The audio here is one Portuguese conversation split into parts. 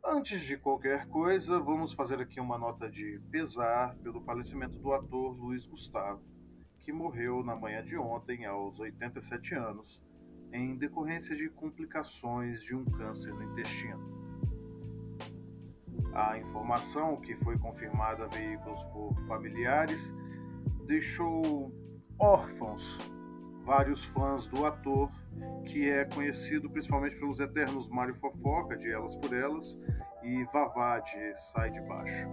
Antes de qualquer coisa, vamos fazer aqui uma nota de pesar pelo falecimento do ator Luiz Gustavo, que morreu na manhã de ontem, aos 87 anos, em decorrência de complicações de um câncer no intestino. A informação, que foi confirmada a veículos por familiares, deixou órfãos vários fãs do ator, que é conhecido principalmente pelos eternos Mário Fofoca, de Elas por Elas, e Vavá, de Sai de Baixo.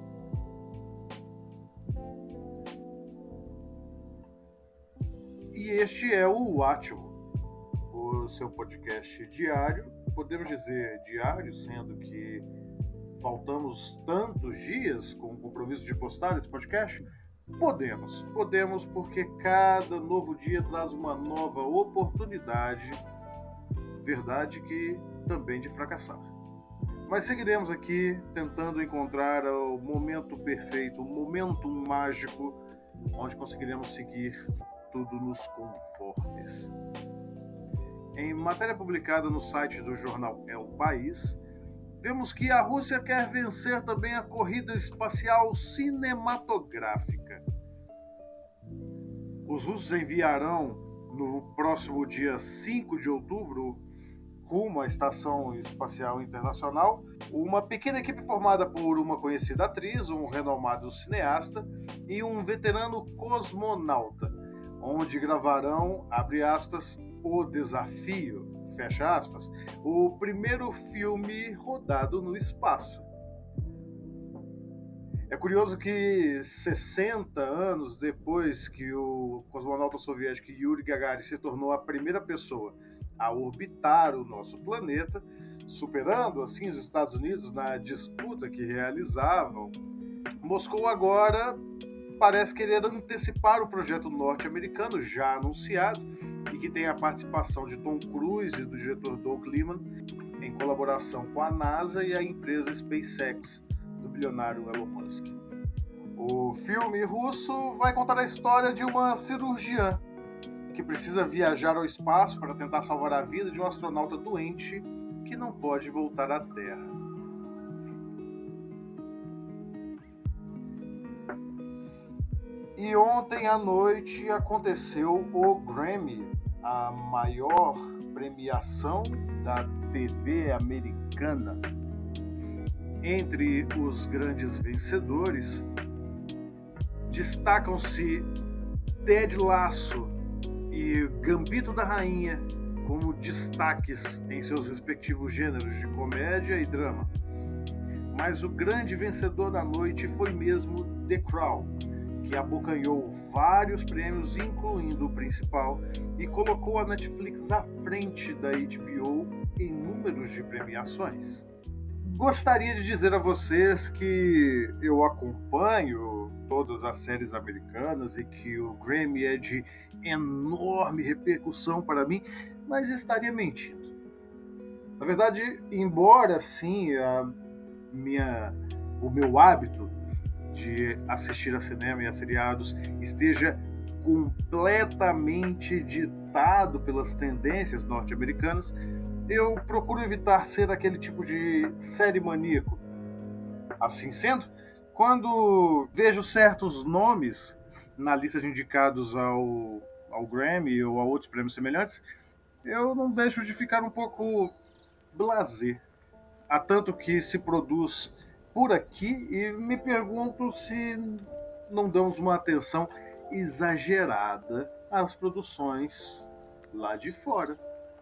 E este é o Átimo, o seu podcast diário. Podemos dizer diário, sendo que faltamos tantos dias com o compromisso de postar esse podcast? Podemos porque cada novo dia traz uma nova oportunidade, verdade que também de fracassar. Mas seguiremos aqui tentando encontrar o momento perfeito, o momento mágico, onde conseguiremos seguir tudo nos conformes. Em matéria publicada no site do jornal El País, vemos que a Rússia quer vencer também a corrida espacial cinematográfica. Os russos enviarão, no próximo dia 5 de outubro, rumo à Estação Espacial Internacional, uma pequena equipe formada por uma conhecida atriz, um renomado cineasta e um veterano cosmonauta, onde gravarão, abre aspas, o desafio, fecha aspas, o primeiro filme rodado no espaço. É curioso que 60 anos depois que o cosmonauta soviético Yuri Gagarin se tornou a primeira pessoa a orbitar o nosso planeta, superando assim os Estados Unidos na disputa que realizavam, Moscou agora parece querer antecipar o projeto norte-americano já anunciado e que tem a participação de Tom Cruise e do diretor Doug Liman, em colaboração com a NASA e a empresa SpaceX, do bilionário Elon Musk. O filme russo vai contar a história de uma cirurgiã que precisa viajar ao espaço para tentar salvar a vida de um astronauta doente que não pode voltar à Terra. E ontem à noite aconteceu o Grammy, a maior premiação da TV americana. Entre os grandes vencedores, destacam-se Ted Lasso e Gambito da Rainha como destaques em seus respectivos gêneros de comédia e drama. Mas o grande vencedor da noite foi mesmo The Crown, que abocanhou vários prêmios, incluindo o principal, e colocou a Netflix à frente da HBO em números de premiações. Gostaria de dizer a vocês que eu acompanho todas as séries americanas e que o Grammy é de enorme repercussão para mim, mas estaria mentindo. Na verdade, embora sim o meu hábito de assistir a cinema e a seriados esteja completamente ditado pelas tendências norte-americanas, eu procuro evitar ser aquele tipo de série maníaco. Assim sendo, quando vejo certos nomes na lista de indicados ao Grammy ou a outros prêmios semelhantes, eu não deixo de ficar um pouco blasé. Há tanto que se produz por aqui e me pergunto se não damos uma atenção exagerada às produções lá de fora.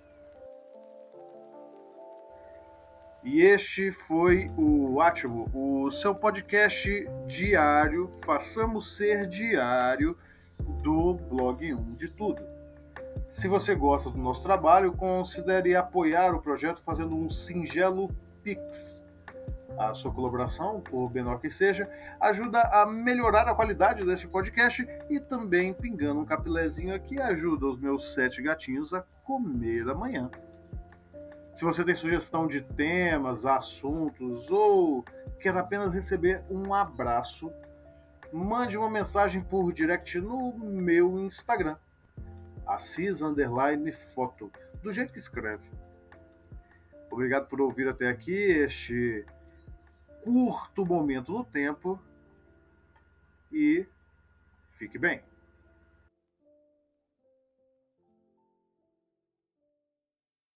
E este foi o Átimo, o seu podcast diário, façamos ser diário, do blog 1 de Tudo. Se você gosta do nosso trabalho, considere apoiar o projeto fazendo um singelo Pix. A sua colaboração, por menor que seja, ajuda a melhorar a qualidade deste podcast e também, pingando um capilézinho aqui, ajuda os meus 7 gatinhos a comer amanhã. Se você tem sugestão de temas, assuntos ou quer apenas receber um abraço, mande uma mensagem por direct no meu Instagram, Assis_foto, do jeito que escreve. Obrigado por ouvir até aqui este curto momento no tempo e fique bem.